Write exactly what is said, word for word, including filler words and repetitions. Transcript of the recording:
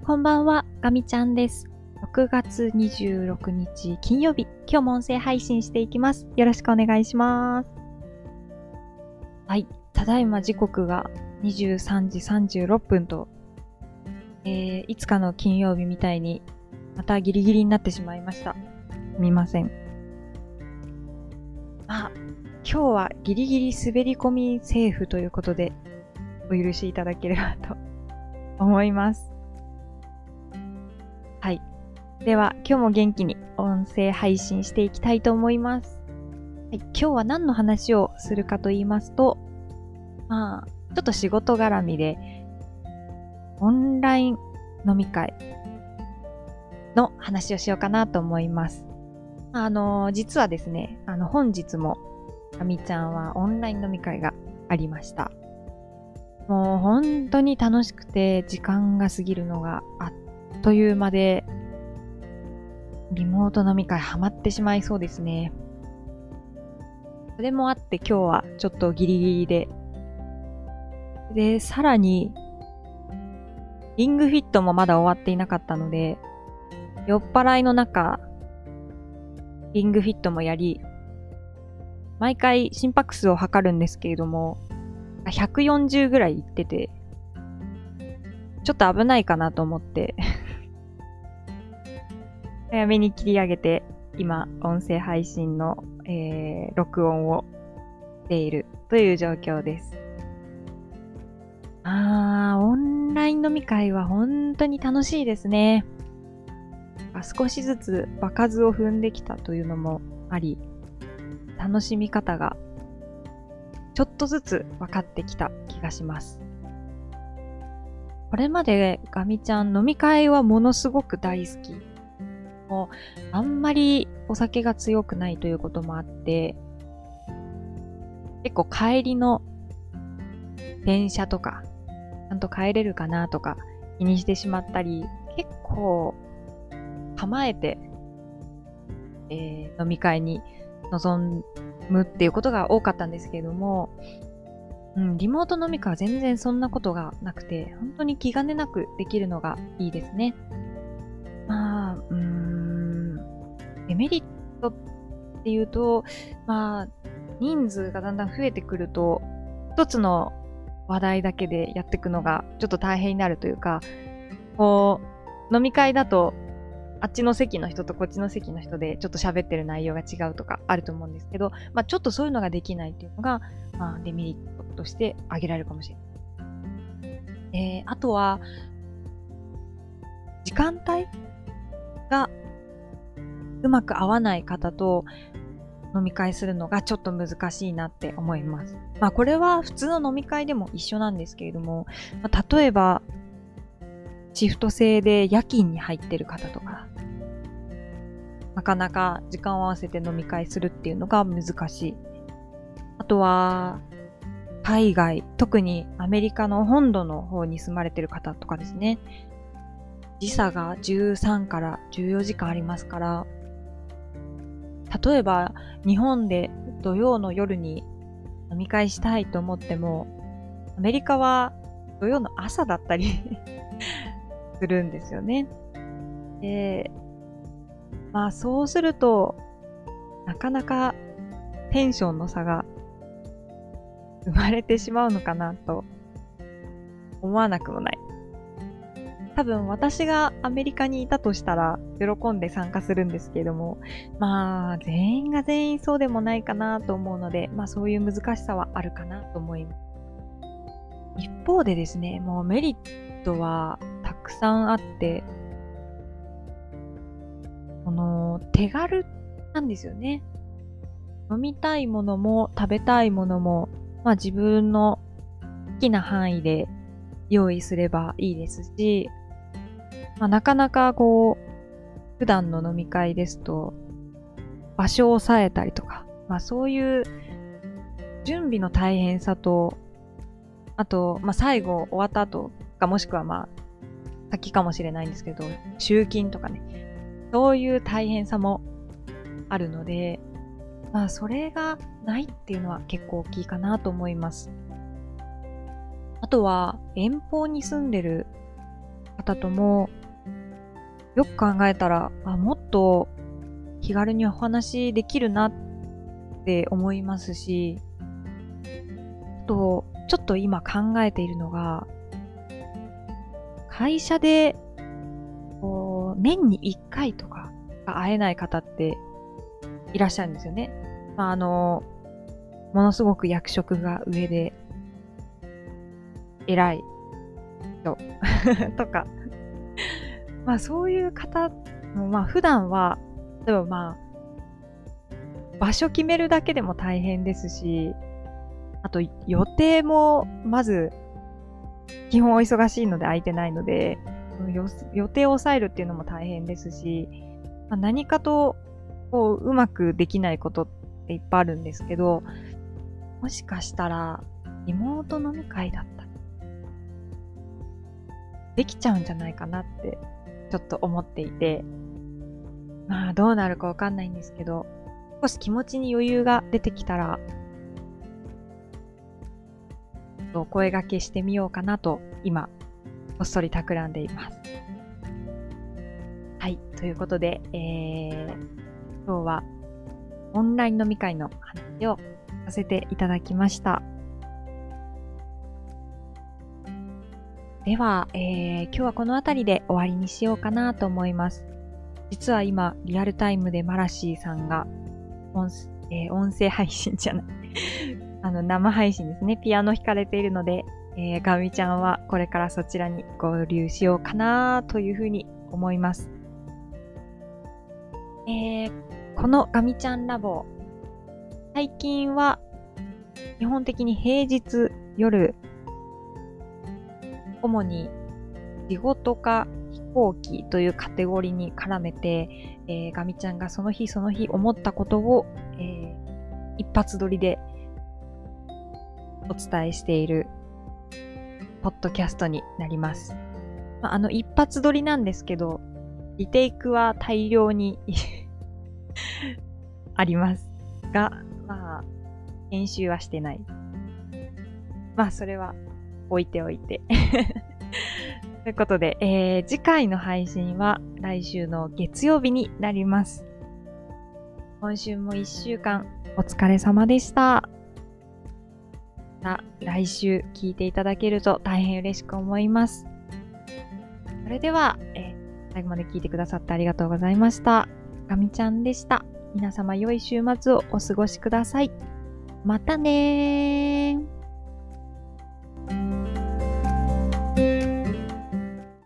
こんばんは、ガミちゃんです。ろくがつにじゅうろくにち金曜日、今日も音声配信していきます。よろしくお願いします。はい、ただいま時刻がにじゅうさんじさんじゅうろっぷんと、えー、いつかの金曜日みたいに、またギリギリになってしまいました。すみません。まあ、今日はギリギリ滑り込みセーフということで、お許しいただければと思います。はい。では、今日も元気に音声配信していきたいと思います。はい、今日は何の話をするかと言いますと、まあ、ちょっと仕事絡みで、オンライン飲み会の話をしようかなと思います。あの、実はですね、あの、本日も、あみちゃんはオンライン飲み会がありました。もう本当に楽しくて、時間が過ぎるのがあっという間で、リモート飲み会ハマってしまいそうですね。それもあって今日はちょっとギリギリで。で、さらに、リングフィットもまだ終わっていなかったので、酔っ払いの中、リングフィットもやり、毎回心拍数を測るんですけれども、ひゃくよんじゅうぐらいいってて、ちょっと危ないかなと思って、早めに切り上げて、今、音声配信の、えー、録音をしているという状況です。あー、オンライン飲み会は本当に楽しいですね。少しずつ場数を踏んできたというのもあり、楽しみ方がちょっとずつ分かってきた気がします。これまでガミちゃん飲み会はものすごく大好き。もうあんまりお酒が強くないということもあって、結構帰りの電車とか、ちゃんと帰れるかなとか気にしてしまったり、結構構えて、えー、飲み会に臨むっていうことが多かったんですけれども、うん、リモート飲み会は全然そんなことがなくて、本当に気兼ねなくできるのがいいですね。まあ、うーん、デメリットっていうと、まあ、人数がだんだん増えてくると、一つの話題だけでやっていくのがちょっと大変になるというか、こう、飲み会だと、あっちの席の人とこっちの席の人でちょっと喋ってる内容が違うとかあると思うんですけど、まあちょっとそういうのができないっていうのが、まあデメリットとして挙げられるかもしれない。えー、あとは、時間帯がうまく合わない方と飲み会するのがちょっと難しいなって思います。まあこれは普通の飲み会でも一緒なんですけれども、まあ、例えば、シフト制で夜勤に入ってる方とか、なかなか時間を合わせて飲み会するっていうのが難しい。あとは、海外、特にアメリカの本土の方に住まれてる方とかですね。時差がじゅうさんからじゅうよじかんありますから、例えば日本で土曜の夜に飲み会したいと思っても、アメリカは土曜の朝だったりするんですよね。で、まあそうすると、なかなかテンションの差が生まれてしまうのかなと思わなくもない。多分私がアメリカにいたとしたら喜んで参加するんですけれども、まあ全員が全員そうでもないかなと思うので、まあそういう難しさはあるかなと思います。一方でですね、もうメリットはたくさんあって、この手軽なんですよね。飲みたいものも食べたいものも、まあ自分の好きな範囲で用意すればいいですし、まあ、なかなかこう、普段の飲み会ですと、場所を抑えたりとか、まあそういう準備の大変さと、あと、まあ最後終わった後かもしくはまあ先かもしれないんですけど、集金とかね、そういう大変さもあるので、まあそれがないっていうのは結構大きいかなと思います。あとは遠方に住んでる方とも、よく考えたら、あ、もっと気軽にお話できるなって思いますし、あと、ちょっと今考えているのが、会社で、こう、年にいっかいとかが会えない方っていらっしゃるんですよね。まあ、あの、ものすごく役職が上で、偉い人とか。まあそういう方も、まあ普段は、例えばまあ、場所決めるだけでも大変ですし、あと予定もまず、基本お忙しいので空いてないので、予定を抑えるっていうのも大変ですし、まあ、何かとこううまくできないことっていっぱいあるんですけど、もしかしたらリモート飲み会だったらできちゃうんじゃないかなってちょっと思っていて、まあどうなるかわかんないんですけど、少し気持ちに余裕が出てきたらお声掛けしてみようかなと今こっそり企んでいます。はい、ということで、えー、今日はオンライン飲み会の話をさせていただきました。では、えー、今日はこの辺りで終わりにしようかなと思います。実は今、リアルタイムでマラシーさんが音、えー、音声配信じゃないあの生配信ですね、ピアノ弾かれているので、えー、ガミちゃんはこれからそちらに合流しようかなというふうに思います。えー、このガミちゃんラボ、最近は基本的に平日夜、主に仕事か飛行機というカテゴリーに絡めて、えー、ガミちゃんがその日その日思ったことを、えー、一発撮りでお伝えしているポッドキャストになります。まあ、あの一発撮りなんですけど、リテイクは大量にありますが、まあ編集はしてない。まあそれは置いておいてということで、えー、次回の配信は来週の月曜日になります。今週もいっしゅうかんお疲れ様でした。また来週聞いていただけると大変嬉しく思います。それでは、えー、最後まで聞いてくださってありがとうございました。ガミちゃんでした。皆様良い週末をお過ごしください。またねー。